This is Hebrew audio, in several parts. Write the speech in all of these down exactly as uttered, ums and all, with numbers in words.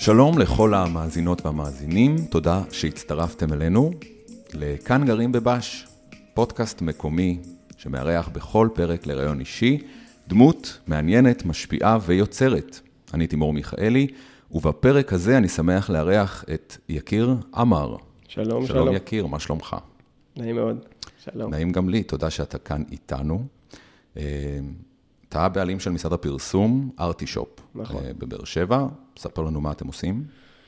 שלום לכל המאזינות והמאזינים, תודה שהצטרפתם אלינו לכאן גרים בבש, פודקאסט מקומי שמארח בכל פרק לרעיון אישי, דמות מעניינת, משפיעה ויוצרת. אני תימור מיכאלי, ובפרק הזה אני שמח לארח את יקיר עמר. שלום, שלום. שלום יקיר, מה שלומך? נעים מאוד, שלום. נעים גם לי, תודה שאתה כאן איתנו. אתה הבעלים של משרד הפרסום, ארטישופ, נכון. בבאר שבע. ספר לנו מה אתם עושים.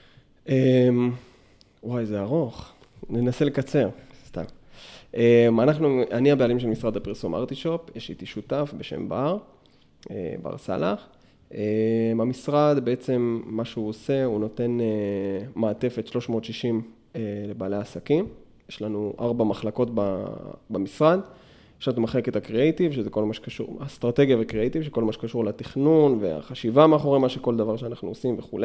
וואי, זה ארוך. ננסה לקצר, סתם. אנחנו, אני הבעלים של משרד הפרסום ארטישופ, יש איתי שותף בשם בר, בר סלח. המשרד בעצם מה שהוא עושה, הוא נותן מעטפת שלוש מאות ושישים לבעלי עסקים. יש לנו ארבע מחלקות במשרד. יש לנו מחלקת הקריאיטיב, שזה כל מה שקשור, אסטרטגיה וקריאיטיב, שכל מה שקשור לתכנון והחשיבה מאחורי מה שכל דבר שאנחנו עושים וכו'.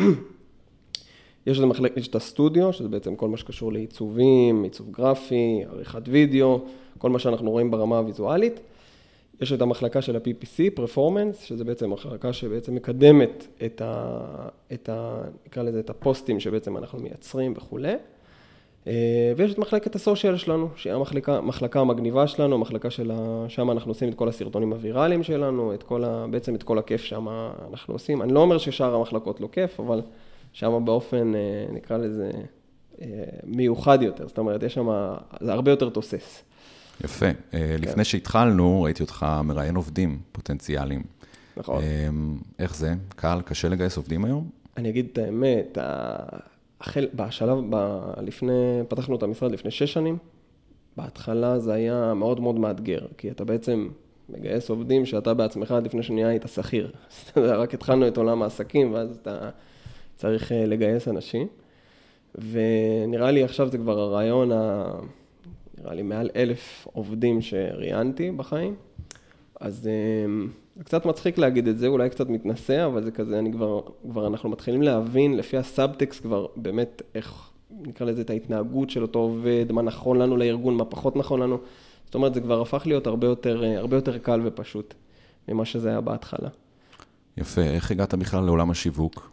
יש את המחלקת, יש את הסטודיו, שזה בעצם כל מה שקשור לעיצובים, עיצוב גרפי, עריכת וידאו, כל מה שאנחנו רואים ברמה הוויזואלית. יש את המחלקה של ה-פי פי סי, Performance, שזה בעצם מחלקה שבעצם מקדמת את ה, את ה, נקרא לזה, את הפוסטים שבעצם אנחנו מייצרים וכו'. ויש את מחלקת הסושיאל שלנו, שהיא המחלקה, מחלקה המגניבה שלנו, המחלקה שלה, שם אנחנו עושים את כל הסרטונים הוויראליים שלנו, את כל ה, בעצם את כל הכיף שם אנחנו עושים. אני לא אומר ששאר המחלקות לא כיף, אבל שם באופן, נקרא לזה, מיוחד יותר. זאת אומרת, יש שם, זה הרבה יותר תוסס. יפה. לפני שהתחלנו, ראיתי אותך מראיין עובדים פוטנציאליים. נכון. איך זה? קל, קשה לגייס עובדים היום? אני אגיד את האמת, החל, בשלב, ב, לפני, פתחנו את המשרד לפני שש שנים, בהתחלה זה היה מאוד מאוד מאתגר, כי אתה בעצם מגייס עובדים שאתה בעצמך עד לפני שנייה היית שכיר. רק התחלנו את עולם העסקים, ואז אתה צריך לגייס אנשים. ונראה לי עכשיו זה כבר הרעיון, ה... נראה לי מעל אלף עובדים שראיינתי בחיים. אז זה קצת מצחיק להגיד את זה, אולי קצת מתנסה, אבל זה כזה, אני כבר, כבר אנחנו מתחילים להבין לפי הסאבטקסט כבר באמת איך, נקרא לזה את ההתנהגות של אותו עובד, מה נכון לנו לארגון, מה פחות נכון לנו. זאת אומרת, זה כבר הפך להיות הרבה יותר, הרבה יותר קל ופשוט ממה שזה היה בהתחלה. יפה, איך הגעת בכלל לעולם השיווק?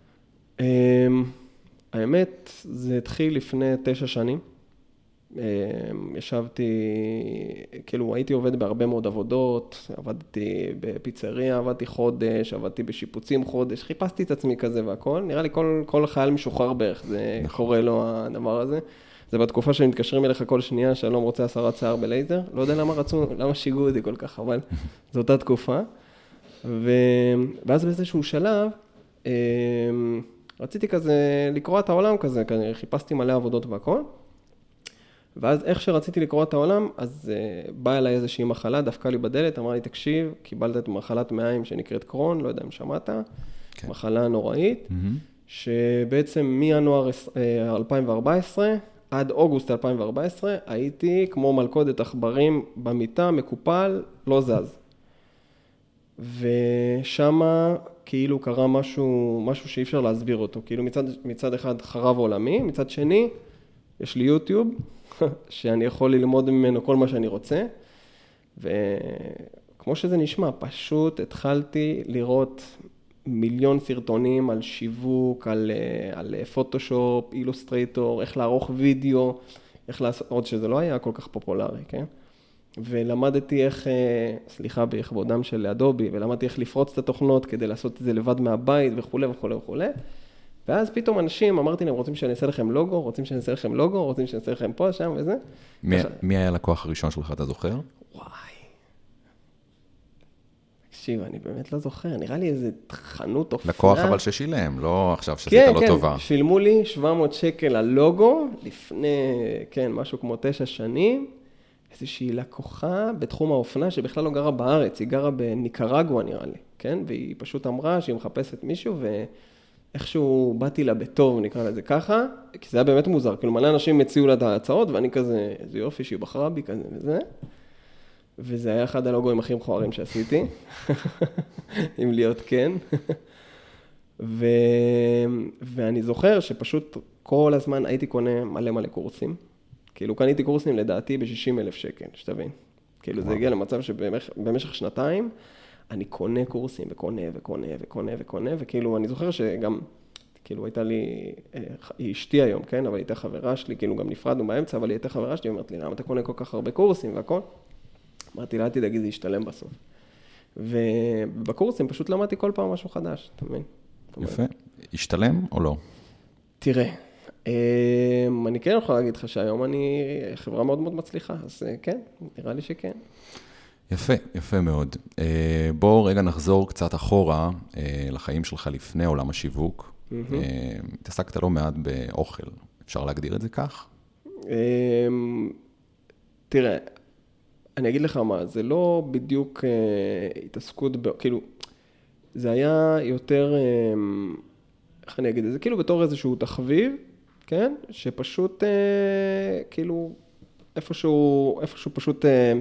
האמת, זה התחיל לפני תשע שנים. ישבתי, כאילו הייתי עובד בהרבה מאוד עבודות, עבדתי בפיצריה, עבדתי חודש, עבדתי בשיפוצים חודש, חיפשתי את עצמי כזה והכל, נראה לי כל, כל חייל משוחרר בערך, זה קורה לו הדבר הזה. זה בתקופה שמתקשרים אליך כל שנייה, שלום רוצה הסרת שיער בלייזר, לא יודע למה רצו, למה שיגעו אותי כל כך, אבל זו אותה תקופה. ו... ואז באיזשהו שלב, רציתי כזה לקרוא את העולם כזה, חיפשתי מלא עבודות והכל. ואז איך שרציתי לקרוא את העולם, אז uh, באה אליי איזושהי מחלה, דווקא לי בדלת, אמרה לי, תקשיב, קיבלת את מחלת מעיים שנקראת קרון, לא יודע אם שמעת, כן. מחלה נוראית, mm-hmm. שבעצם מינואר אלפיים וארבע עשרה עד אוגוסט אלפיים וארבע עשרה, הייתי כמו מלכודת עכברים במיטה, מקופל, לא זז. ושמה כאילו קרה משהו, משהו שאי אפשר להסביר אותו, כאילו מצד, מצד אחד חרב עולמי, מצד שני, יש לי יוטיוב, שאני יכול ללמוד ממנו כל מה שאני רוצה, וכמו שזה נשמע, פשוט התחלתי לראות מיליון סרטונים על שיווק, על, על פוטושופ, אילוסטרייטור, איך לערוך וידאו, איך לעשות, עוד שזה לא היה כל כך פופולרי, כן? ולמדתי איך, סליחה, בכבודם של אדובי, ולמדתי איך לפרוץ את התוכנות כדי לעשות את זה לבד מהבית וכו' וכו' וכו'. ואז פתאום אנשים, אמרתי להם, רוצים שאני אעשה לכם לוגו, רוצים שאני אעשה לכם לוגו, רוצים שאני אעשה לכם פה, שם וזה. מי, מי היה הלקוח הראשון שלך, אתה זוכר? וואי. תקשיב, אני באמת לא זוכר, נראה לי איזה חנות אופנה. לקוח אבל ששילם, לא עכשיו שעשית כן, לא כן, טובה. כן, שילמו לי שבע מאות שקל על לוגו, לפני, כן, משהו כמו תשע שנים, איזושהי לקוחה בתחום האופנה שבכלל לא גרה בארץ, היא גרה בניקרגואה נראה לי, כן? והיא פשוט אמרה שהיא מחפשת מישהו ו... איכשהו באתי לה בטוב, נקרא לזה ככה, כי זה היה באמת מוזר, כאילו מלא אנשים הציעו לה את ההצעות, ואני כזה, איזה יופי שהיא בחרה בי כזה וזה, וזה היה אחד הלוגוים הכי מכוערים שעשיתי, אם להיות כן, ו... ואני זוכר שפשוט כל הזמן הייתי קונה מלא מלא קורסים, כאילו קניתי קורסים לדעתי ב-שישים אלף שקל, שתבין, כאילו זה הגיע למצב שבמשך שנתיים, אני קונה קורסים וקונה וקונה וקונה וקונה, וכאילו אני זוכר שגם כאילו הייתה לי, היא אשתי היום, כן, אבל הייתה חברה שלי, כאילו גם נפרדנו באמצע, אבל היא הייתה חברה שלי, אמרת לי, למה אתה קונה כל כך הרבה קורסים והכל? אמרתי לה, תדאגי, זה ישתלם בסוף. ובקורסים פשוט למדתי כל פעם משהו חדש, אתה מבין? יפה. ישתלם או לא? תראה, אני כן יכול להגיד לך שהיום אני חברה מאוד מאוד מצליחה, אז כן, נראה לי שכן. יפה, יפה מאוד. בואו רגע נחזור קצת אחורה לחיים שלך לפני עולם השיווק. התעסקת לא מעט באוכל, אפשר להגדיר את זה כך? תראה, אני אגיד לך מה, זה לא בדיוק התעסקות, כאילו, זה היה יותר, איך אני אגיד את זה, כאילו בתור איזשהו תחביב, כן? שפשוט, כאילו, איפשהו, איפשהו פשוט,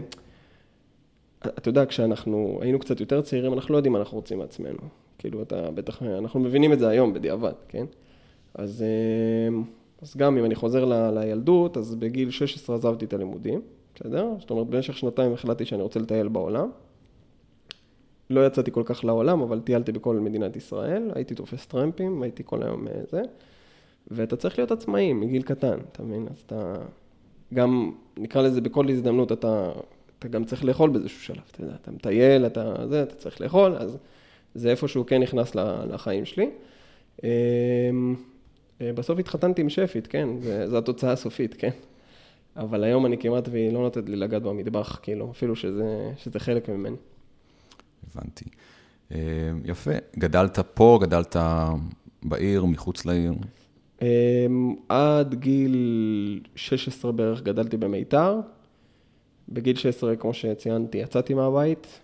אתה יודע, כשאנחנו היינו קצת יותר צעירים, אנחנו לא יודעים מה אנחנו רוצים מעצמנו. כאילו, אתה בטח, אנחנו מבינים את זה היום בדיעבד, כן? אז, אז גם אם אני חוזר ל, לילדות, אז בגיל שש עשרה עזבתי את הלימודים, בסדר? זאת אומרת, במשך שנתיים החלטתי שאני רוצה לטייל בעולם. לא יצאתי כל כך לעולם, אבל טיילתי בכל מדינת ישראל, הייתי תופס טרמפים, הייתי כל היום זה, ואתה צריך להיות עצמאי מגיל קטן, אתה מבין? אז אתה גם, נקרא לזה בכל הזדמנות, אתה, אתה גם צריך לאכול באיזשהו שלב, אתה יודע, אתה מטייל, אתה, זה, אתה צריך לאכול, אז זה איפשהו כן נכנס לחיים שלי. בסוף התחתנתי עם שפית, כן, זו התוצאה הסופית, כן. אבל היום אני כמעט והיא לא נותנת לי לגעת במטבח, כאילו, אפילו שזה, שזה חלק ממני. הבנתי. יפה. גדלת פה, גדלת בעיר, מחוץ לעיר? עד גיל שש עשרה בערך גדלתי במיתר. בגיל שש עשרה, כמו שציינתי, יצאתי מהבית.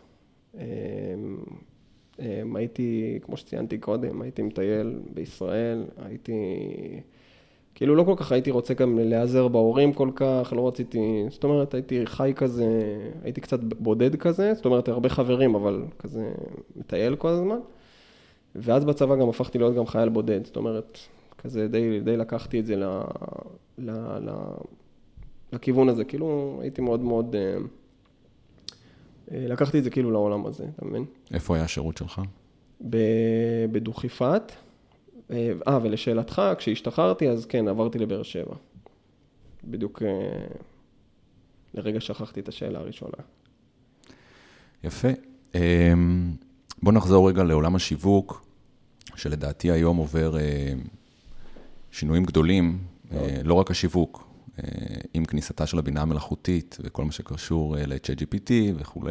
הייתי, כמו שציינתי קודם, הייתי מטייל בישראל, הייתי, כאילו לא כל כך הייתי רוצה גם להיעזר בהורים כל כך, לא רציתי, זאת אומרת, הייתי חי כזה, הייתי קצת בודד כזה, זאת אומרת, הרבה חברים, אבל כזה מטייל כל הזמן. ואז בצבא גם הפכתי להיות גם חייל בודד, זאת אומרת, כזה די, די לקחתי את זה ל, ל, ל, לכיוון הזה, כאילו הייתי מאוד מאוד, לקחתי את זה כאילו לעולם הזה, אתה מבין? איפה היה השירות שלך? בדוכיפת. אה, ולשאלתך, כשהשתחררתי, אז כן, עברתי לבאר שבע. בדיוק לרגע שכחתי את השאלה הראשונה. יפה. בוא נחזור רגע לעולם השיווק, שלדעתי היום עובר שינויים גדולים, לא רק השיווק, עם כניסתה של הבינה המלאכותית וכל מה שקשור ל-צ'אט ג'י פי טי וכו'.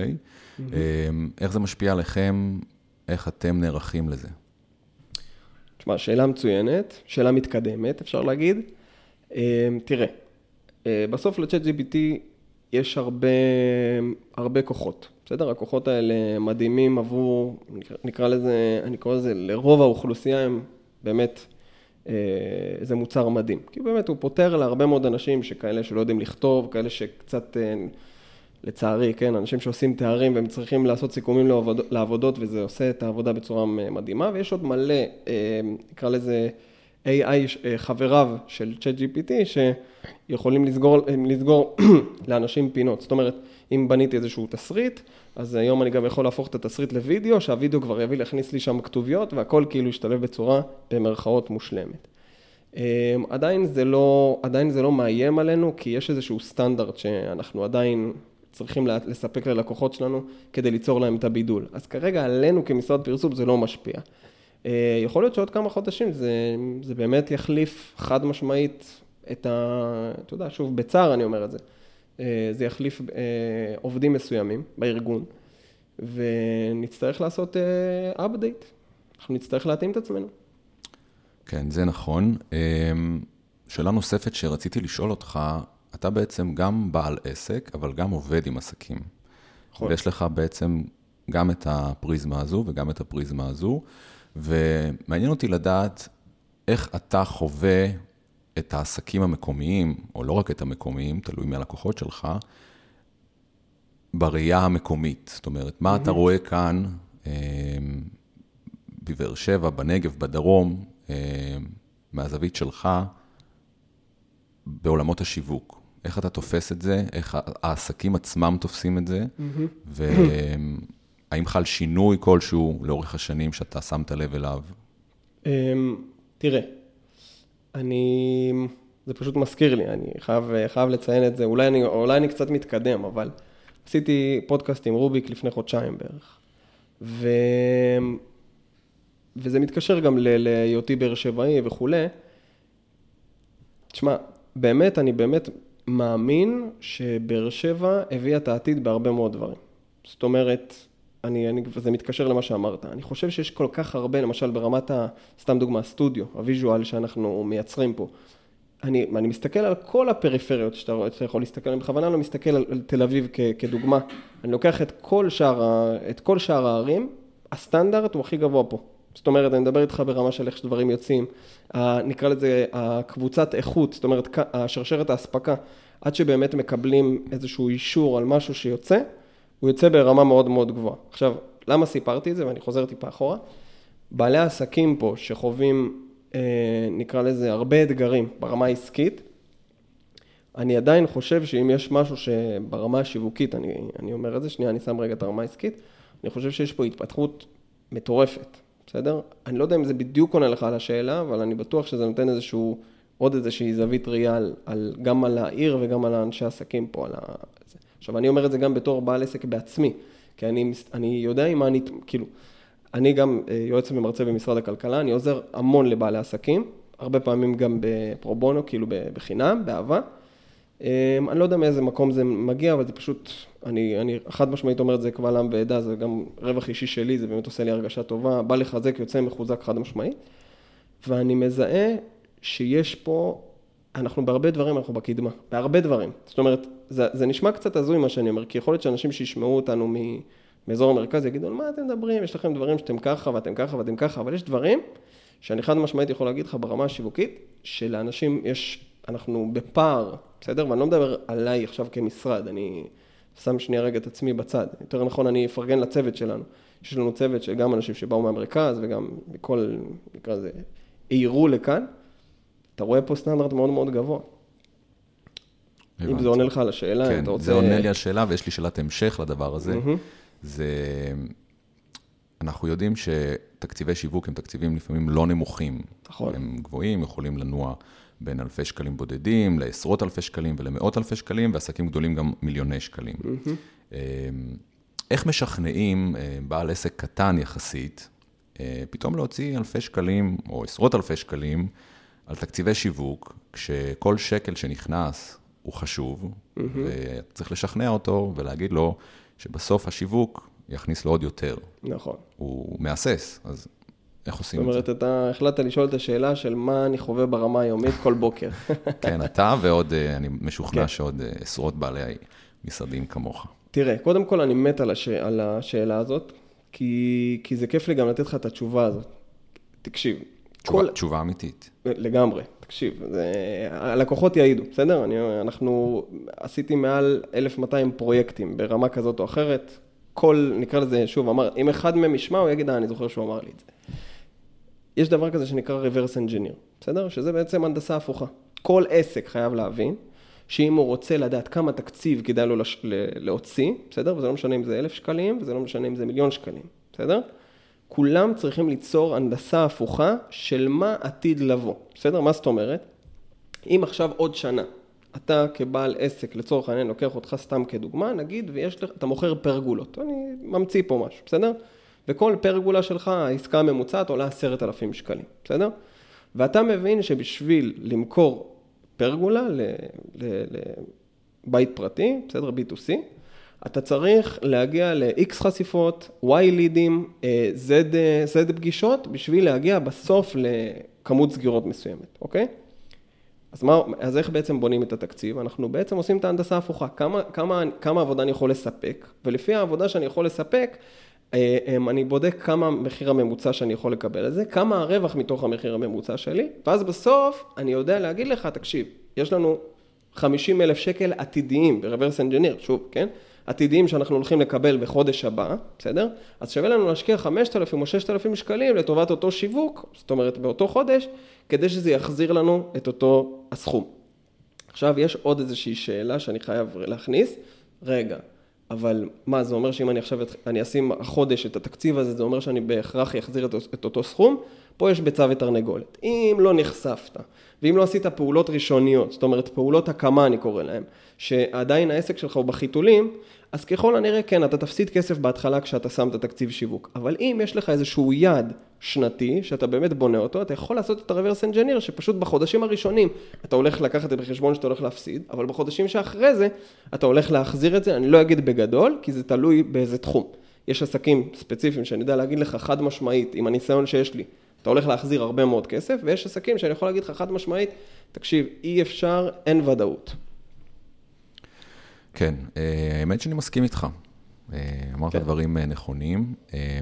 איך זה משפיע עליכם? איך אתם נערכים לזה? תשמע, שאלה מצוינת, שאלה מתקדמת, אפשר להגיד. תראה, בסוף ל-צ'אט ג'י פי טי יש הרבה, הרבה כוחות. בסדר? הכוחות האלה מדהימים עבור, נקרא לזה, אני קורא לזה, לרוב האוכלוסייה הם באמת איזה מוצר מדהים. כי באמת הוא פותר להרבה מאוד אנשים שכאלה שלא יודעים לכתוב, כאלה שקצת, לצערי, כן, אנשים שעושים תארים והם צריכים לעשות סיכומים לעבוד, לעבודות, וזה עושה את העבודה בצורה מדהימה, ויש עוד מלא, נקרא לזה, איי איי חבריו של צ'אט ג'י פי טי, שיכולים לסגור, לסגור לאנשים פינות. זאת אומרת, אם בניתי איזשהו תסריט, אז היום אני גם יכול להפוך את התסריט לוידאו, שהוידאו כבר יביא להכניס לי שם כתוביות, והכל כאילו ישתלב בצורה במרכאות מושלמת. עדיין זה לא, עדיין זה לא מאיים עלינו, כי יש איזשהו סטנדרט שאנחנו עדיין צריכים לספק ללקוחות שלנו, כדי ליצור להם את הבידול. אז כרגע עלינו כמשרד פרסום זה לא משפיע. יכול להיות שעוד כמה חודשים זה, זה באמת יחליף חד משמעית את ה... אתה יודע, שוב, בצער אני אומר את זה. זה יחליף עובדים מסוימים בארגון, ונצטרך לעשות update. אנחנו נצטרך להתאים את עצמנו. כן, זה נכון. שאלה נוספת שרציתי לשאול אותך, אתה בעצם גם בעל עסק, אבל גם עובד עם עסקים. נכון. ויש לך בעצם גם את הפריזמה הזו וגם את הפריזמה הזו, ומעניין אותי לדעת איך אתה חווה את העסקים המקומיים, או לא רק את המקומיים, תלוי מהלקוחות שלך, בראייה המקומית. זאת אומרת, מה אתה רואה כאן, בבאר שבע, בנגב, בדרום, מהזווית שלך, בעולמות השיווק? איך אתה תופס את זה? איך העסקים עצמם תופסים את זה? והאם חל שינוי כלשהו לאורך השנים שאתה שמת לב אליו? תראה, אני, זה פשוט מזכיר לי, אני חייב, חייב לציין את זה, אולי אני, אולי אני קצת מתקדם, אבל עשיתי פודקאסט עם רוביק לפני חודשיים בערך, ו... וזה מתקשר גם להיותי באר שבעי וכולי. תשמע, באמת, אני באמת מאמין שבאר שבע הביאה את העתיד בהרבה מאוד דברים. זאת אומרת, אני, אני, וזה מתקשר למה שאמרת. אני חושב שיש כל כך הרבה, למשל ברמת, ה, סתם דוגמה, הסטודיו, הוויז'ואל שאנחנו מייצרים פה. אני, אני מסתכל על כל הפריפריות שאתה, שאתה יכול להסתכל, אני בכוונה לא מסתכל על, על תל אביב כ, כדוגמה. אני לוקח את כל שאר, את כל שאר הערים, הסטנדרט הוא הכי גבוה פה. זאת אומרת, אני מדבר איתך ברמה של איך שדברים יוצאים, נקרא לזה הקבוצת איכות, זאת אומרת, השרשרת ההספקה, עד שבאמת מקבלים איזשהו אישור על משהו שיוצא, הוא יוצא ברמה מאוד מאוד גבוהה. עכשיו, למה סיפרתי את זה? ואני חוזר טיפה אחורה. בעלי העסקים פה שחווים, נקרא לזה, הרבה אתגרים ברמה העסקית, אני עדיין חושב שאם יש משהו שברמה השיווקית, אני, אני אומר את זה, שנייה, אני שם רגע את הרמה העסקית, אני חושב שיש פה התפתחות מטורפת. בסדר? אני לא יודע אם זה בדיוק עונה לך על השאלה, אבל אני בטוח שזה נותן איזשהו, עוד איזושהי זווית ראייה על, על, גם על העיר וגם על האנשי העסקים פה. על ה... עכשיו, אני אומר את זה גם בתור בעל עסק בעצמי, כי אני, אני יודע אם אני, כאילו, אני גם יועץ ומרצה במשרד הכלכלה, אני עוזר המון לבעלי עסקים, הרבה פעמים גם בפרובונו, כאילו בחינם, באהבה. אני לא יודע מאיזה מקום זה מגיע, אבל זה פשוט, אני, אני חד משמעית אומר את זה קבל עם ועדה, זה גם רווח אישי שלי, זה באמת עושה לי הרגשה טובה, בא לחזק, יוצא מחוזק חד משמעית, ואני מזהה שיש פה, אנחנו בהרבה דברים, אנחנו בקדמה, בהרבה דברים. זאת אומרת, זה, זה נשמע קצת הזוי מה שאני אומר, כי יכול להיות שאנשים שישמעו אותנו מאזור המרכז יגידו, על מה אתם מדברים? יש לכם דברים שאתם ככה ואתם ככה ואתם ככה, אבל יש דברים שאני חד משמעית יכול להגיד לך ברמה השיווקית, שלאנשים יש, אנחנו בפער, בסדר? ואני לא מדבר עליי עכשיו כמשרד, אני שם שנייה רגע את עצמי בצד. יותר נכון, אני אפרגן לצוות שלנו. יש לנו צוות שגם אנשים שבאו מהמרכז וגם מכל, נקרא לזה, עירו לכאן. אתה רואה פה סטנדרט מאוד מאוד גבוה. אם זה עונה לך על השאלה, כן, אתה רוצה... זה עונה לי על השאלה, ויש לי שאלת המשך לדבר הזה. זה... אנחנו יודעים שתקציבי שיווק הם תקציבים לפעמים לא נמוכים. נכון. הם גבוהים, יכולים לנוע בין אלפי שקלים בודדים, לעשרות אלפי שקלים ולמאות אלפי שקלים, ועסקים גדולים גם מיליוני שקלים. איך משכנעים בעל עסק קטן יחסית, פתאום להוציא אלפי שקלים או עשרות אלפי שקלים על תקציבי שיווק, כשכל שקל שנכנס הוא חשוב, וצריך לשכנע אותו ולהגיד לו שבסוף השיווק יכניס לו עוד יותר. נכון. הוא מאסס, אז איך עושים את זה? זאת אומרת, אתה החלטת לשאול את השאלה של מה אני חווה ברמה היומית כל בוקר. כן, אתה ועוד, אני משוכנע שעוד עשרות בעלי משרדים כמוך. תראה, קודם כל אני מת על, הש... על השאלה הזאת, כי... כי זה כיף לי גם לתת לך את התשובה הזאת. תקשיב. תשובה, כל... תשובה אמיתית. לגמרי, תקשיב. זה... הלקוחות יעידו, בסדר? אני... אנחנו עשיתי מעל אלף ומאתיים פרויקטים ברמה כזאת או אחרת. כל, נקרא לזה, שוב, אמר, אם אחד מהם ישמע, הוא יגיד, אני זוכר שהוא אמר לי את זה. יש דבר כזה שנקרא reverse engineer, בסדר? שזה בעצם הנדסה הפוכה. כל עסק חייב להבין, שאם הוא רוצה לדעת כמה תקציב כדאי לו לש... להוציא, בסדר? וזה לא משנה אם זה אלף שקלים, וזה לא משנה אם זה מיליון שקלים, בסדר? כולם צריכים ליצור הנדסה הפוכה של מה עתיד לבוא, בסדר? מה זאת אומרת? אם עכשיו עוד שנה, אתה כבעל עסק, לצורך העניין, לוקח אותך סתם כדוגמה, נגיד, ויש לך, אתה מוכר פרגולות, אני ממציא פה משהו, בסדר? וכל פרגולה שלך, העסקה הממוצעת עולה עשרת אלפים שקלים, בסדר? ואתה מבין שבשביל למכור פרגולה לבית פרטי, בסדר? בי טו סי, אתה צריך להגיע ל-X חשיפות, Y לידים, Z, Z פגישות, בשביל להגיע בסוף לכמות סגירות מסוימת, אוקיי? אז, מה, אז איך בעצם בונים את התקציב? אנחנו בעצם עושים את ההנדסה הפוכה. כמה, כמה, כמה עבודה אני יכול לספק, ולפי העבודה שאני יכול לספק, אני בודק כמה מחיר הממוצע שאני יכול לקבל על זה, כמה הרווח מתוך המחיר הממוצע שלי, ואז בסוף אני יודע להגיד לך, תקשיב, יש לנו חמישים אלף שקל עתידיים ב-reverse engineer, שוב, כן? עתידיים שאנחנו הולכים לקבל בחודש הבא, בסדר? אז שווה לנו להשקיע חמשת אלפים או ששת אלפים שקלים לטובת אותו שיווק, זאת אומרת באותו חודש, כדי שזה יחזיר לנו את אותו הסכום. עכשיו יש עוד איזושהי שאלה שאני חייב להכניס, רגע, אבל מה, זה אומר שאם אני עכשיו, אני אשים החודש את התקציב הזה, זה אומר שאני בהכרח יחזיר את, את אותו סכום? פה יש ביצה ותרנגולת. אם לא נחשפת, ואם לא עשית פעולות ראשוניות, זאת אומרת, פעולות הקמה אני קורא להם, שעדיין העסק שלך הוא בחיתולים, אז ככל הנראה, כן, אתה תפסיד כסף בהתחלה כשאתה שם את התקציב שיווק. אבל אם יש לך איזשהו יעד שנתי, שאתה באמת בונה אותו, אתה יכול לעשות את ה-reverse engineer, שפשוט בחודשים הראשונים, אתה הולך לקחת את בחשבון שאתה הולך להפסיד, אבל בחודשים שאחרי זה, אתה הולך להחזיר את זה, אני לא אגיד בגדול, כי זה תלוי באיזה תחום. יש עסקים ספציפיים שאני יודע להגיד לך חד משמעית, עם הניסיון שיש לי, אתה הולך להחזיר הרבה מאוד כסף, ויש עסקים שאני יכול להגיד לך חד משמעית, תקשיב, אי אפשר, אין ודאות. כן, האמת שאני מסכים איתך. אמרת דברים נכונים.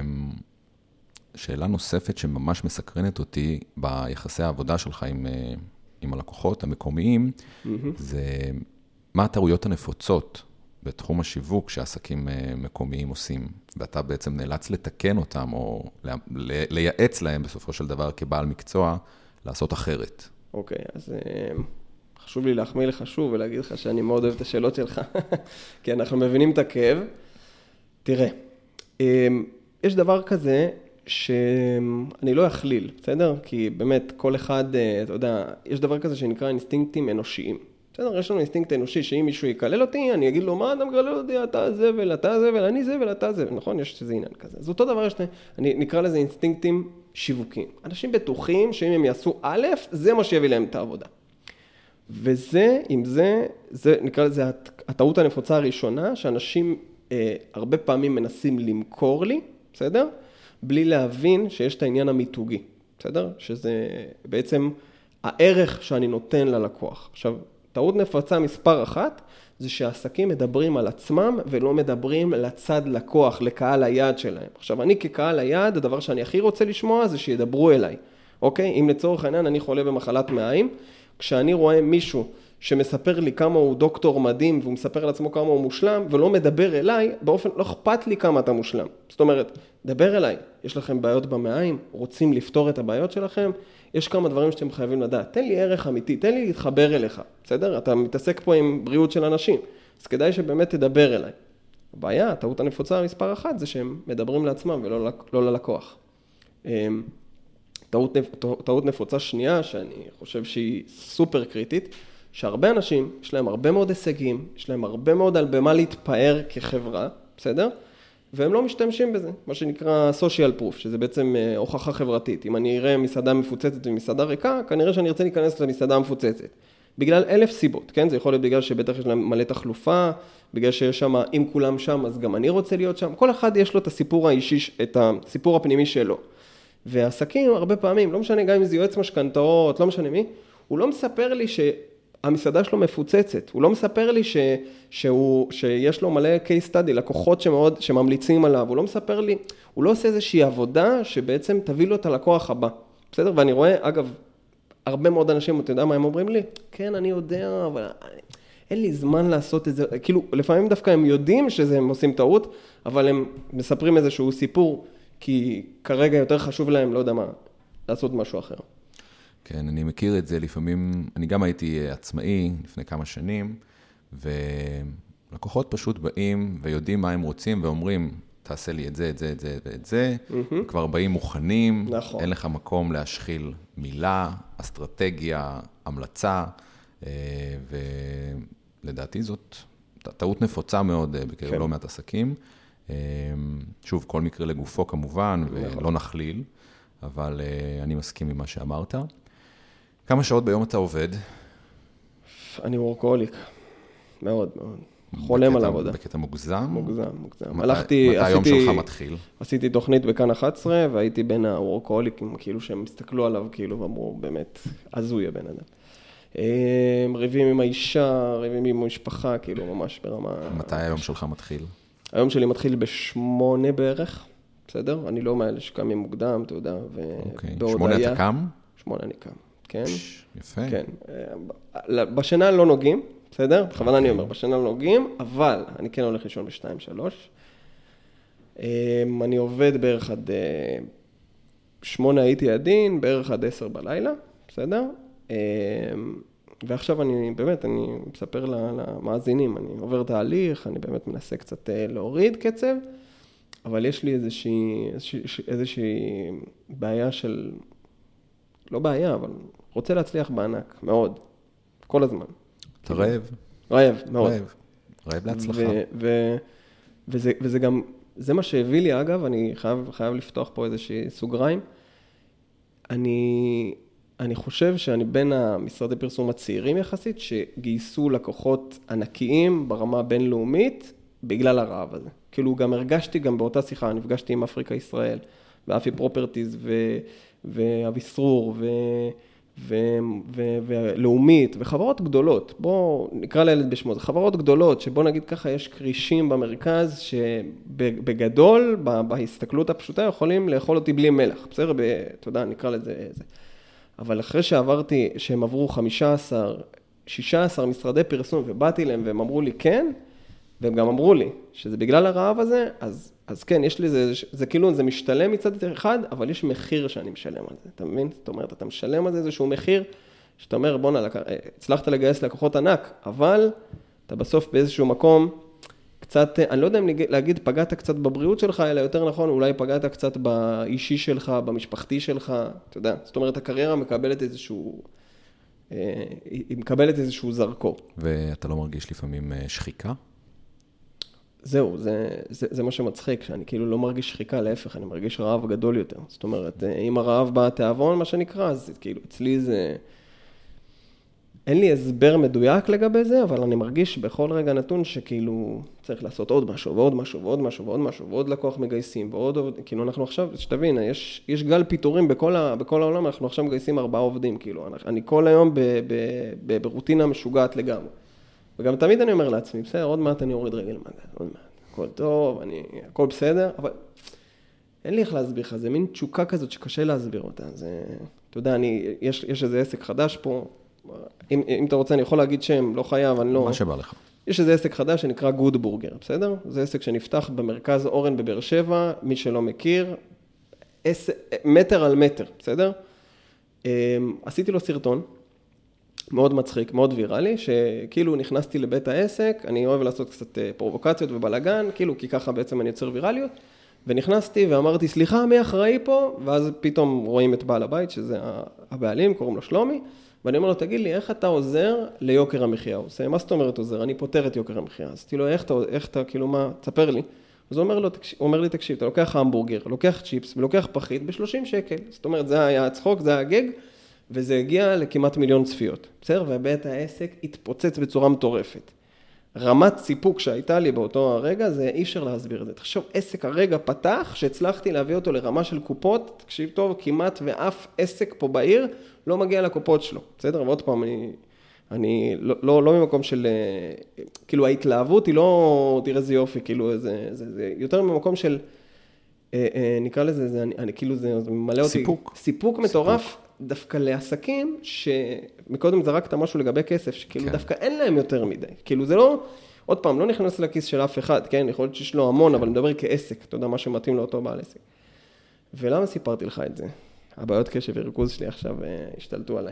שאלה נוספת שממש מסקרנת אותי ביחסי העבודה שלך עם, עם הלקוחות המקומיים, זה מה הטעויות הנפוצות בתחום השיווק שעסקים מקומיים עושים, ואתה בעצם נאלץ לתקן אותם, או לייעץ להם בסופו של דבר כבעל מקצוע, לעשות אחרת. אוקיי, אז חשוב לי להחמיא לך שוב ולהגיד לך שאני מאוד אוהב את השאלות שלך, כי אנחנו מבינים את הכאב. תראה, יש דבר כזה שאני לא אכליל, בסדר? כי באמת כל אחד, אתה יודע, יש דבר כזה שנקרא אינסטינקטים אנושיים. בסדר, יש לנו אינסטינקט אנושי שאם מישהו יקלל אותי, אני אגיד לו, מה אתה מקלל אותי? אתה זבל, אתה זבל, אני זבל, אתה זבל. נכון? יש איזה עניין כזה. אז אותו דבר יש, אני נקרא לזה אינסטינקטים שיווקיים. אנשים בטוחים שאם הם יעשו א', זה מה שיביא להם את העבודה. וזה, עם זה, זה נקרא לזה הטעות הנפוצה הראשונה, שאנשים אה, הרבה פעמים מנסים למכור לי, בסדר? בלי להבין שיש את העניין המיתוגי, בסדר? שזה בעצם הערך שאני נותן ללקוח. עכשיו, טעות נפוצה מספר אחת, זה שהעסקים מדברים על עצמם ולא מדברים לצד לקוח, לקהל היעד שלהם. עכשיו, אני כקהל היעד, הדבר שאני הכי רוצה לשמוע זה שידברו אליי. אוקיי? אם לצורך העניין אני חולה במחלת מעיים, כשאני רואה מישהו שמספר לי כמה הוא דוקטור מדהים, והוא מספר על עצמו כמה הוא מושלם, ולא מדבר אליי, באופן לא אכפת לי כמה אתה מושלם. זאת אומרת, דבר אליי, יש לכם בעיות במעיים, רוצים לפתור את הבעיות שלכם, יש כמה דברים שאתם חייבים לדעת. תן לי ערך אמיתי, תן לי להתחבר אליך, בסדר? אתה מתעסק פה עם בריאות של אנשים, אז כדאי שבאמת תדבר אליי. הבעיה, הטעות הנפוצה מספר אחת, זה שהם מדברים לעצמם ולא לא ללקוח. טעות, טעות נפוצה שנייה, שאני חושב שהיא סופר קריטית, שהרבה אנשים, יש להם הרבה מאוד הישגים, יש להם הרבה מאוד על במה להתפאר כחברה, בסדר? והם לא משתמשים בזה, מה שנקרא social proof, שזה בעצם הוכחה חברתית. אם אני אראה מסעדה מפוצצת ומסעדה ריקה, כנראה שאני ארצה להיכנס למסעדה המפוצצת. בגלל אלף סיבות, כן? זה יכול להיות בגלל שבטח יש להם מלא תחלופה, בגלל שיש שם, אם כולם שם, אז גם אני רוצה להיות שם. כל אחד יש לו את הסיפור האישי, את הסיפור הפנימי שלו. והעסקים הרבה פעמים, לא משנה גם אם זה יועץ משכנתאות, לא משנה מי, הוא לא מספר לי שהמסעדה שלו מפוצצת, הוא לא מספר לי ש, שהוא, שיש לו מלא case study, לקוחות שמאוד, שממליצים עליו, הוא לא מספר לי, הוא לא עושה איזושהי עבודה שבעצם תביא לו את הלקוח הבא, בסדר? ואני רואה, אגב, הרבה מאוד אנשים, אתה יודע מה הם אומרים לי? כן, אני יודע, אבל אין לי זמן לעשות את זה, כאילו, לפעמים דווקא הם יודעים שהם עושים טעות, אבל הם מספרים איזשהו סיפור, כי כרגע יותר חשוב להם, לא יודע מה, לעשות משהו אחר. כן, אני מכיר את זה לפעמים, אני גם הייתי עצמאי לפני כמה שנים, ולקוחות פשוט באים ויודעים מה הם רוצים ואומרים, תעשה לי את זה, את זה, את זה ואת זה, mm-hmm. כבר באים מוכנים, נכון. אין לך מקום להשחיל מילה, אסטרטגיה, המלצה, ולדעתי זאת טעות נפוצה מאוד בקרב כן. לא מעט עסקים. שוב, כל מקרה לגופו כמובן, ולא נכליל, אבל אני מסכים עם מה שאמרת. כמה שעות ביום אתה עובד? אני וורקהוליק, מאוד מאוד. חולם על העבודה. בקטע מוגזם? מוגזם, מוגזם. מתי, הלכתי, מתי היום שלך מתחיל? עשיתי תוכנית בכאן אחת עשרה, והייתי בין הוורקהוליקים, כאילו שהם הסתכלו עליו, כאילו, ואמרו, באמת, עזוי הבן אדם. ריבים עם האישה, ריבים עם המשפחה, כאילו, ממש ברמה... מתי היום שלך מתחיל? היום שלי מתחיל בשמונה בערך, בסדר? אני לא מאלה שקמים מוקדם, אתה יודע, ובהודעה... שמונה אתה קם? שמונה אני קם, כן. יפה. כן. בשינה לא נוגעים, בסדר? בכוונה אני אומר, בשינה לא נוגעים, אבל אני כן הולך לישון בשתיים, שלוש. אני עובד בערך עד... שמונה הייתי עדין, בערך עד עשר בלילה, בסדר? ועכשיו אני, באמת, אני מספר למאזינים, אני עובר תהליך, אני באמת מנסה קצת להוריד קצב, אבל יש לי איזושהי, איזושהי, איזושהי בעיה של לא בעיה, אבל רוצה להצליח בענק, מאוד, כל הזמן. אתה רעב? רעב, מאוד. רעב, רעב להצלחה. ו- ו- וזה, וזה גם, זה מה שהביא לי, אגב, אני חייב, חייב לפתוח פה איזושהי סוגריים. אני, אני חושב שאני בין המשרדי פרסום הצעירים יחסית, שגייסו לקוחות ענקיים ברמה הבינלאומית, בגלל הרעב הזה. כאילו גם הרגשתי, גם באותה שיחה, נפגשתי עם אפריקה ישראל, ואפי פרופרטיז, ואביסרור, ו... ולאומית, וחברות גדולות, בוא נקרא לילד בשמו, זה חברות גדולות, שבוא נגיד ככה, יש קרישים במרכז, שבגדול, בהסתכלות הפשוטה, יכולים לאכול אותי בלי מלח, בסדר? אתה יודע, נקרא לזה זה. אבל אחרי שעברתי, שהם עברו חמישה עשר, שישה עשר משרדי פרסום, ובאתי להם והם אמרו לי כן, והם גם אמרו לי שזה בגלל הרעב הזה, אז, אז כן, יש לי זה, זה כאילו, זה משתלם מצד אחד, אבל יש מחיר שאני משלם על זה, אתה מבין? זאת אומרת, אתה משלם על זה איזשהו מחיר, שאתה אומר, בוא נלק... הצלחת לגייס לקוחות ענק, אבל אתה בסוף באיזשהו מקום, קצת, אני לא יודע אם להגיד, פגעת קצת בבריאות שלך, אלא יותר נכון, אולי פגעת קצת באישי שלך, במשפחתי שלך, אתה יודע, זאת אומרת, הקריירה מקבלת איזשהו, היא מקבלת איזשהו זרקור. ואתה לא מרגיש לפעמים שחיקה? זהו, זה, זה, זה מה שמצחיק, שאני כאילו לא מרגיש שחיקה, להפך, אני מרגיש רעב גדול יותר. זאת אומרת, אם הרעב בא תיאבון, מה שנקרא, אז כאילו, אצלי זה... אין לי הסבר מדויק לגבי זה, אבל אני מרגיש בכל רגע נתון שכאילו צריך לעשות עוד משהו, ועוד משהו, ועוד משהו, ועוד משהו, ועוד לקוח מגייסים, ועוד עובדים, כאילו אנחנו עכשיו, שתבין, יש, יש גל פיתורים בכל, ה, בכל העולם, אנחנו עכשיו מגייסים ארבעה עובדים, כאילו, אני, אני כל היום ב, ב, ב, ברוטינה משוגעת לגמרי. וגם תמיד אני אומר לעצמי, בסדר, עוד מעט אני אוריד רגל למעגל, עוד מעט, הכל טוב, אני, הכל בסדר, אבל אין לי איך להסביר לך, זה מין תשוקה כזאת שקשה להסביר אותה, זה, אתה יודע, אני, יש, יש איזה עסק חדש פה, אם, אם אתה רוצה, אני יכול להגיד שהם, לא חייב, אני לא... מה שבא לך. יש איזה עסק חדש שנקרא גוד בורגר, בסדר? זה עסק שנפתח במרכז אורן בבאר שבע, מי שלא מכיר, עס... מטר על מטר, בסדר? עשיתי לו סרטון, מאוד מצחיק, מאוד ויראלי, שכאילו נכנסתי לבית העסק, אני אוהב לעשות קצת פרובוקציות ובלגן, כאילו, כי ככה בעצם אני יוצר ויראליות, ונכנסתי ואמרתי, סליחה, מי אחראי פה? ואז פתאום רואים את בעל הבית, שזה הבעלים, קוראים לו שלומי, ואני אומר לו, תגיד לי, איך אתה עוזר ליוקר המחיה? הוא עושה, מה זאת אומרת עוזר? אני פותר את יוקר המחיה. אז תראו, איך אתה, איך אתה, כאילו מה, תספר לי. אז הוא אומר לו, הוא אומר לי, תקשיב, אתה לוקח המבורגר, לוקח צ'יפס ולוקח פחית ב-שלושים שקל. זאת אומרת, זה היה הצחוק, זה היה הגג, וזה הגיע לכמעט מיליון צפיות. בסדר? ובית העסק התפוצץ בצורה מטורפת. רמת סיפוק שהייתה לי באותו הרגע, זה אי אפשר להסביר את זה. תחשוב, עסק הרגע פתח, שהצלחתי להביא אותו לרמה של קופות, תקשיב טוב, כמעט ואף עסק פה בעיר לא מגיע לקופות שלו. בסדר? ועוד פעם, אני, אני לא, לא, לא ממקום של, כאילו ההתלהבות היא לא, תראה זה יופי, כאילו זה, זה, זה יותר ממקום של, נקרא לזה, זה, אני, אני כאילו זה, זה ממלא אותי. סיפוק. סיפוק מטורף. דווקא לעסקים שמקודם זרקת משהו לגבי כסף, שכאילו כן. דווקא אין להם יותר מדי. כאילו זה לא, עוד פעם, לא נכנס לכיס של אף אחד, כן? יכול להיות שיש לו המון, אבל מדבר כעסק, אתה יודע מה שמתאים לאותו בעל עסק. ולמה סיפרתי לך את זה? הבעיות קשב וריכוז שלי עכשיו השתלטו עליי.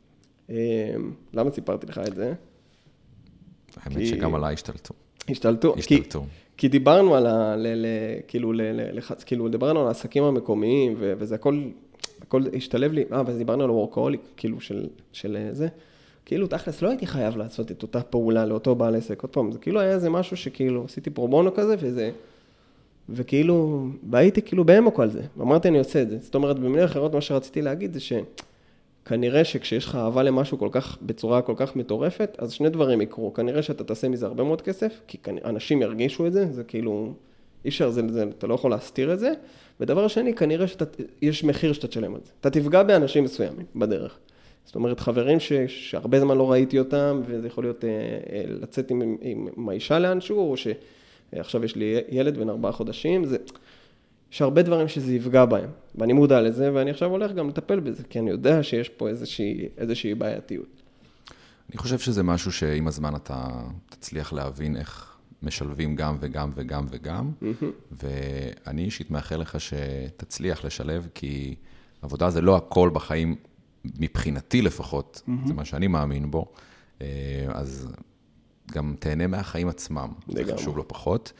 למה סיפרתי לך את זה? האמת כי... שגם עליי השתלטו. השתלטו? השתלטו. כי, כי דיברנו על ה... ל, ל, כאילו, ל, ל, כאילו, דיברנו על העסקים המקומיים, ו, וזה הכל... הכל השתלב לי, אה, ואז דיברנו על וורקהוליק, כאילו של, של זה, כאילו תכלס לא הייתי חייב לעשות את אותה פעולה לאותו בעל עסק, עוד פעם, זה כאילו היה איזה משהו שכאילו עשיתי פרובונו כזה, וזה, וכאילו, והייתי כאילו באמוק על זה, ואמרתי אני עושה את זה, זאת אומרת, במילים אחרות מה שרציתי להגיד זה שכנראה שכשיש לך אהבה למשהו כל כך, בצורה כל כך מטורפת, אז שני דברים יקרו, כנראה שאתה תעשה מזה הרבה מאוד כסף, כי אנשים ירגישו את זה, זה כאילו, אי אפשר, זה, זה, אתה לא יכול להסתיר את זה, ודבר השני, כנראה שיש מחיר שאתה תשלם על זה. אתה תפגע באנשים מסוימים בדרך. זאת אומרת, חברים ש, שהרבה זמן לא ראיתי אותם, וזה יכול להיות אה, אה, לצאת עם, עם, עם האישה לאנשהו, או שעכשיו יש לי ילד בן ארבעה חודשים, זה, יש הרבה דברים שזה יפגע בהם, ואני מודע לזה, ואני עכשיו הולך גם לטפל בזה, כי אני יודע שיש פה איזושהי, איזושהי בעייתיות. אני חושב שזה משהו שעם הזמן אתה תצליח להבין איך משלבים גם וגם וגם וגם, ואני אישית מאחל לך שתצליח לשלב, כי עבודה זה לא הכל בחיים, מבחינתי לפחות, זה מה שאני מאמין בו, אז גם תהנה מהחיים עצמם, זה חשוב לא פחות.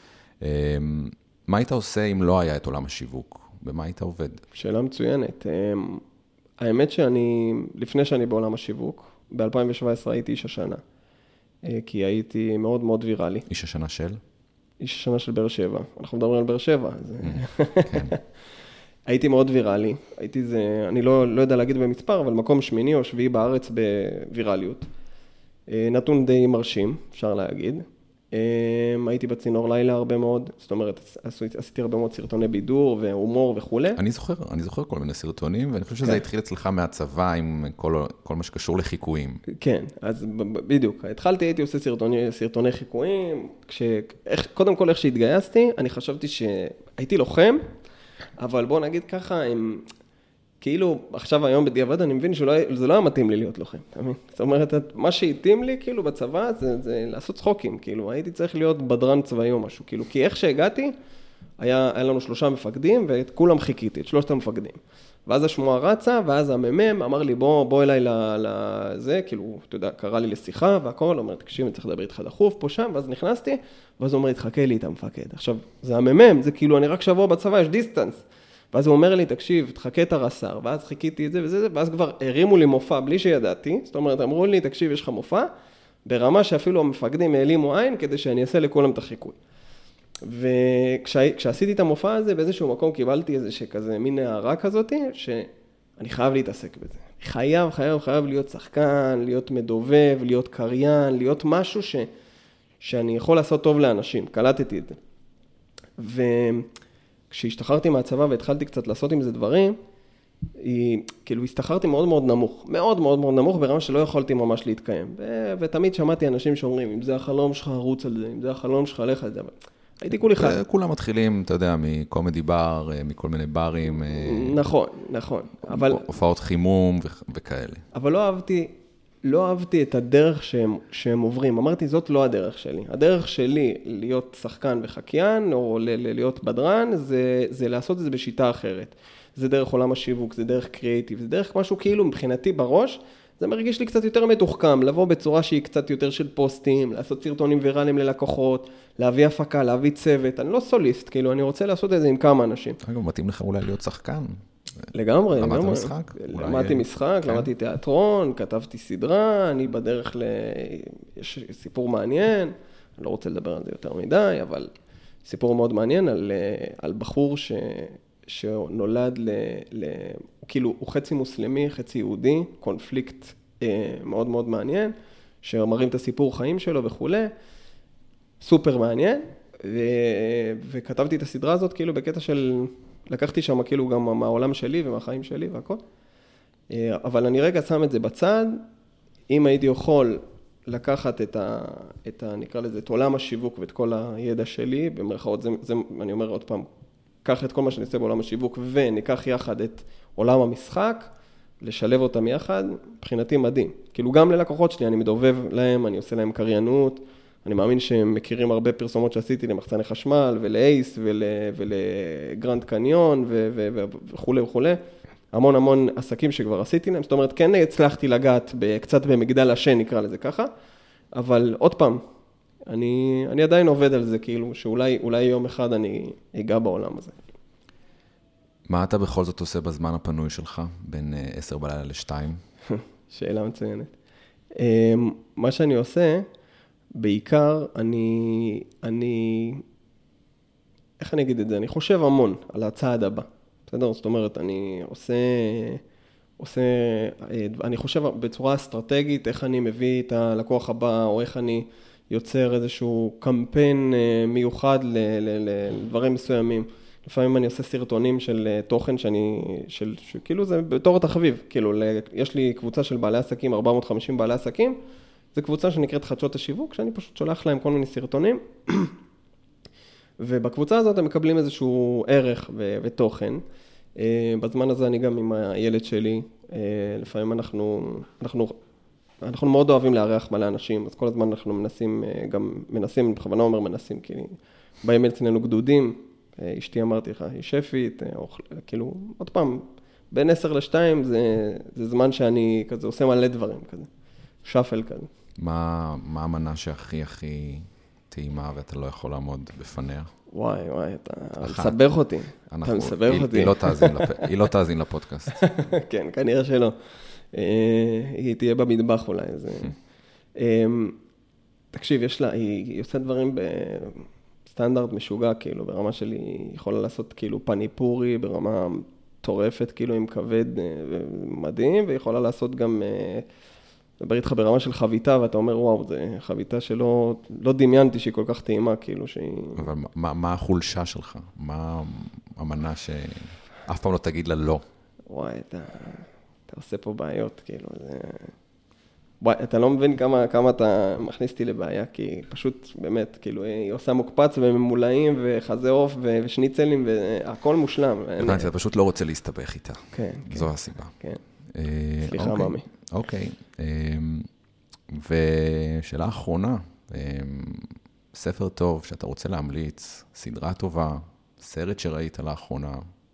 מה היית עושה אם לא היה את עולם השיווק? במה היית עובד? שאלה מצוינת. האמת שאני, לפני שאני בעולם השיווק, ב-אלפיים שבע עשרה הייתי איש השנה, כי הייתי מאוד מאוד ויראלי. איש השנה של? איש השנה של באר שבע. אנחנו מדברים על באר שבע. כן. הייתי מאוד ויראלי. הייתי זה, אני לא, לא יודע להגיד במספר, אבל מקום שמיני או שביעי בארץ בווירליות. נתון די מרשים, אפשר להגיד. הייתי בצינור לילה הרבה מאוד, זאת אומרת, עשיתי הרבה מאוד סרטוני בידור והומור וכו'. אני זוכר, אני זוכר כל מיני סרטונים, ואני חושב שזה התחיל אצלך מהצבא עם כל, כל מה שקשור לחיקויים. כן, אז בדיוק, התחלתי, הייתי עושה סרטוני, סרטוני חיקויים, כש, קודם כל איך שהתגייסתי, אני חשבתי שהייתי לוחם, אבל בוא נגיד ככה, הם, כאילו, עכשיו היום בדיעבד אני מבין שזה לא היה מתאים לי להיות לוחם, אתה מבין? זאת אומרת, מה שהתאים לי, כאילו, בצבא, זה, זה לעשות צחוקים, כאילו, הייתי צריך להיות בדרן צבאי או משהו, כאילו, כי איך שהגעתי, היה, היה לנו שלושה מפקדים, ואת כולם חיכיתי, את שלושת המפקדים. ואז השמועה רצה, ואז הממם אמר לי, בוא, בוא אליי לזה, כאילו, אתה יודע, קרא לי לשיחה והכל, אומר, תקשיב, אני צריך לדבר איתך דחוף פה שם, ואז נכנסתי, ואז הוא אומר, תחכה לי את המפקד. עכשיו, זה הממם, זה כאילו, אני רק שבוע בצבא, יש דיסטנס. ואז הוא אומר לי, תקשיב, תחכה את הרס"ר, ואז חיכיתי את זה וזה, ואז כבר הרימו לי מופע בלי שידעתי, זאת אומרת, אמרו לי, תקשיב, יש לך מופע, ברמה שאפילו המפקדים העלימו עין, כדי שאני אעשה לכולם את החיקוי. וכשעשיתי את המופע הזה, באיזשהו מקום קיבלתי איזה שכזה, מין הערה כזאת, שאני חייב להתעסק בזה. אני חייב, חייב, חייב להיות שחקן, להיות מדובב, להיות קריין, להיות משהו ש, שאני יכול לעשות טוב לאנשים. קלטתי את זה. וכשהשתחררתי מהצבא והתחלתי קצת לעשות עם זה דברים, היא, כאילו השתחררתי מאוד מאוד נמוך, מאוד מאוד מאוד נמוך, ברמה שלא יכולתי ממש להתקיים. ו, ותמיד שמעתי אנשים שאומרים, אם זה החלום שלך, רוץ על זה, אם זה החלום שלך, לך על זה, אבל... הייתי כולי חד. כולם מתחילים, אתה יודע, מקומדי בר, מכל מיני ברים. נכון, נכון. הופעות חימום וכאלה. אבל לא אהבתי, לא אהבתי את הדרך שהם, שהם עוברים. אמרתי, זאת לא הדרך שלי. הדרך שלי להיות שחקן וחקיין, או להיות בדרן, זה, זה לעשות את זה בשיטה אחרת. זה דרך עולם השיווק, זה דרך קריאיטיב, זה דרך משהו כאילו מבחינתי בראש, זה מרגיש לי קצת יותר מתוחכם, לבוא בצורה שהיא קצת יותר של פוסטים, לעשות סרטונים ויראליים ללקוחות, להביא הפקה, להביא צוות. אני לא סוליסט, כאילו, אני רוצה לעשות את זה עם כמה אנשים. אגב, מתאים לך אולי להיות שחקן. לגמרי, למדת לגמרי. משחק? למדתי משחק, כן. למדתי תיאטרון, כתבתי סדרה, אני בדרך ל... יש סיפור מעניין, אני לא רוצה לדבר על זה יותר מדי, אבל סיפור מאוד מעניין על, על בחור ש... שנולד ל... ל... כאילו, הוא חצי מוסלמי, חצי יהודי, קונפליקט אה, מאוד מאוד מעניין, שמראים את הסיפור חיים שלו וכו'. סופר מעניין, ו... וכתבתי את הסדרה הזאת כאילו בקטע של... לקחתי שם כאילו גם מהעולם שלי ומהחיים שלי והכל. אה, אבל אני רגע שם את זה בצד, אם הייתי יכול לקחת את ה... את ה... נקרא לזה, את עולם השיווק ואת כל הידע שלי, במרכאות, זה, זה, אני אומר עוד פעם, קח את כל מה שאני עושה בעולם השיווק, וניקח יחד את עולם המשחק, לשלב אותם יחד, מבחינתי מדהים. כאילו גם ללקוחות שלי, אני מדובב להם, אני עושה להם קריינות, אני מאמין שהם מכירים הרבה פרסומות שעשיתי למחסני חשמל, ולאייס, ול, ולגרנד קניון, ו, ו, ו, וכו' וכו'. המון המון עסקים שכבר עשיתי להם, זאת אומרת, כן הצלחתי לגעת קצת במגדל השן, נקרא לזה ככה, אבל עוד פעם, אני, אני עדיין עובד על זה, כאילו, שאולי אולי יום אחד אני אגע בעולם הזה. מה אתה בכל זאת עושה בזמן הפנוי שלך, בין עשר בלילה לשתיים? שאלה מצוינת. מה שאני עושה, בעיקר, אני, אני, איך אני אגיד את זה? אני חושב המון על הצעד הבא. בסדר? זאת אומרת, אני עושה, עושה, אני חושב בצורה אסטרטגית, איך אני מביא את הלקוח הבא, או איך אני יוצר איזשהו קמפיין מיוחד לדברים מסוימים. לפעמים אני עושה סרטונים של תוכן שאני, של, כאילו זה בתור התחביב, כאילו, יש לי קבוצה של בעלי עסקים, ארבע מאות וחמישים בעלי עסקים, זו קבוצה שנקראת חדשות השיווק, שאני פשוט שולח להם כל מיני סרטונים, ובקבוצה הזאת הם מקבלים איזשהו ערך ו- ותוכן. בזמן הזה אני גם עם הילד שלי, לפעמים אנחנו, אנחנו, אנחנו מאוד אוהבים לארח מלא אנשים, אז כל הזמן אנחנו מנסים, גם מנסים, בכוונה אומר מנסים, כי באים אצלנו גדודים, אשתי אמרתי לך, היא שפית, כאילו, עוד פעם, בין עשר לשתיים זה, זה זמן שאני כזה עושה מלא דברים כזה, שפל כזה. מה, מה המנה שהכי הכי טעימה ואתה לא יכול לעמוד בפניה? וואי, וואי, אתה מסבך אותי. אתה מסבך אותי. היא לא תאזין לפודקאסט. כן, כנראה שלא. היא תהיה במטבח אולי. תקשיב, יש לה, היא עושה דברים בסטנדרט משוגע, כאילו, ברמה שלי, היא יכולה לעשות כאילו פניפורי, ברמה טורפת, כאילו עם כבד מדהים, והיא יכולה לעשות גם, לדבר איתך ברמה של חביתה, ואתה אומר, וואו, זו חביתה שלא לא דמיינתי שהיא כל כך טעימה, כאילו שהיא... אבל מה, מה החולשה שלך? מה המנה שאף פעם לא תגיד לה לא? וואי, אתה, אתה עושה פה בעיות, כאילו, זה... וואי, אתה לא מבין כמה, כמה אתה מכניס אותי לבעיה, כי פשוט, באמת, כאילו, היא עושה מוקפץ וממולאים וחזה עוף ושניצלים והכל מושלם. הבנתי, אתה פשוט לא רוצה להסתבך איתה. כן. זו הסיבה. כן. סליחה, ממי. אוקיי. ושאלה אחרונה, ספר טוב שאתה רוצה להמליץ, סדרה טובה, סרט שראית לאחרונה.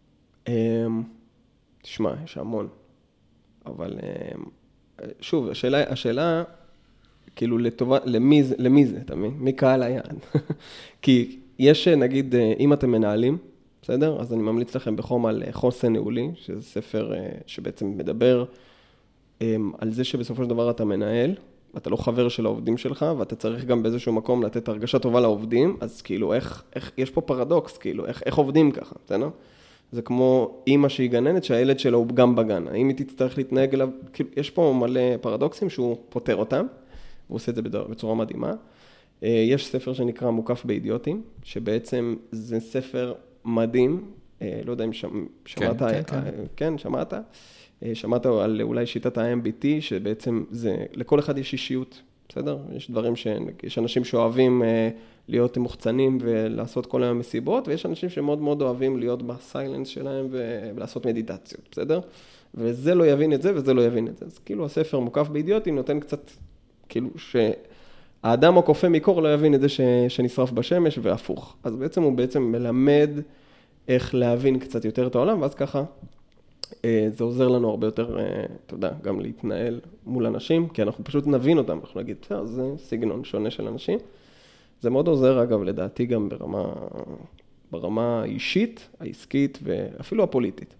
תשמע, יש המון. אבל... שוב, השאלה, השאלה, כאילו, לטובה, למי זה, למי זה, אתה מבין? מי קהל היעד? כי יש, נגיד, אם אתם מנהלים, בסדר? אז אני ממליץ לכם בחום על חוסן ניהולי, שזה ספר שבעצם מדבר על זה שבסופו של דבר אתה מנהל, ואתה לא חבר של העובדים שלך, ואתה צריך גם באיזשהו מקום לתת הרגשה טובה לעובדים, אז כאילו, איך, איך, יש פה פרדוקס, כאילו, איך, איך עובדים ככה, בסדר? זה כמו אימא שהיא גננת, שהילד שלו הוא גם בגן. האם היא תצטרך להתנהג אליו, כאילו, יש פה מלא פרדוקסים שהוא פותר אותם, הוא עושה את זה בצורה מדהימה. יש ספר שנקרא מוקף באידיוטים, שבעצם זה ספר מדהים, לא יודע אם שמעת, כן, כן, כן, שמעת? שמעת על אולי שיטת ה-אם בי טי, שבעצם זה, לכל אחד יש אישיות, בסדר? יש דברים שיש אנשים שאוהבים להיות מוחצנים ולעשות כל היום מסיבות, ויש אנשים שמאוד מאוד אוהבים להיות בסיילנס שלהם ולעשות מדיטציות, בסדר? וזה לא יבין את זה וזה לא יבין את זה. אז כאילו הספר מוקף באידיוטים נותן קצת, כאילו שהאדם הקופא מקור לא יבין את זה שנשרף בשמש והפוך. אז בעצם הוא בעצם מלמד איך להבין קצת יותר את העולם, ואז ככה זה עוזר לנו הרבה יותר, אתה יודע, גם להתנהל מול אנשים, כי אנחנו פשוט נבין אותם, אנחנו נגיד, זה סגנון שונה של אנשים. זה מאוד עוזר, אגב, לדעתי גם ברמה, ברמה האישית, העסקית ואפילו הפוליטית.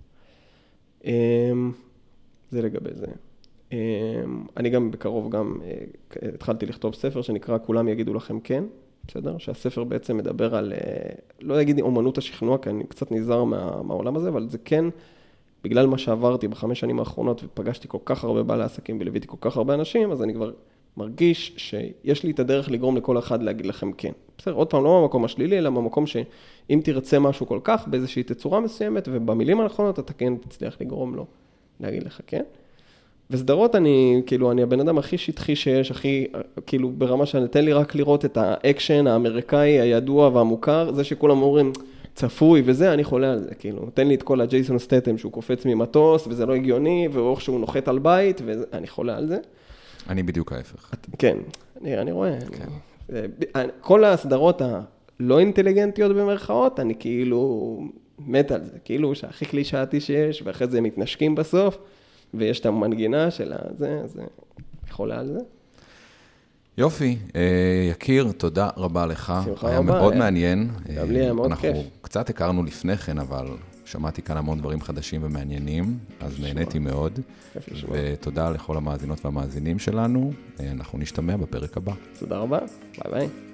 זה לגבי זה. אני גם בקרוב גם התחלתי לכתוב ספר שנקרא כולם יגידו לכם כן, בסדר? שהספר בעצם מדבר על, לא אגיד אומנות השכנוע, כי אני קצת נזהר מה, מהעולם הזה, אבל זה כן, בגלל מה שעברתי בחמש שנים האחרונות, ופגשתי כל כך הרבה בעלי עסקים ולוויתי כל כך הרבה אנשים, אז אני כבר מרגיש שיש לי את הדרך לגרום לכל אחד להגיד לכם כן. בסדר, עוד פעם, לא במקום השלילי, אלא במקום שאם תרצה משהו כל כך, באיזושהי תצורה מסוימת, ובמילים הנכונות, אתה כן תצליח לגרום לו להגיד לך כן. וסדרות אני, כאילו, אני הבן אדם הכי שטחי שיש, הכי, כאילו, ברמה שאני, תן לי רק לראות את האקשן האמריקאי, הידוע והמוכר, זה שכולם אומרים, צפוי וזה, אני חולה על זה, כאילו, תן לי את כל הג'ייסון סטטם שהוא קופץ ממטוס, וזה לא הגיוני, ואורך שהוא נוחת על בית, ואני חולה על זה. אני בדיוק ההפך. כן, אני, אני רואה. כן. אני, כל הסדרות הלא אינטליגנטיות במרכאות, אני כאילו מת על זה, כאילו שהכי קלישאתי שיש, ואחרי זה מתנשקים בסוף, ויש את המנגינה של זה, אז אני חולה על זה. יופי, יקיר, תודה רבה לך. שמחה היה רבה. מאוד מעניין. גם לי היה מאוד אנחנו כיף. קצת הכרנו לפני כן, אבל שמעתי כאן המון דברים חדשים ומעניינים, אז נהניתי מאוד. כיף לשמוע. ותודה לכל המאזינות והמאזינים שלנו. אנחנו נשתמע בפרק הבא. תודה רבה, ביי ביי.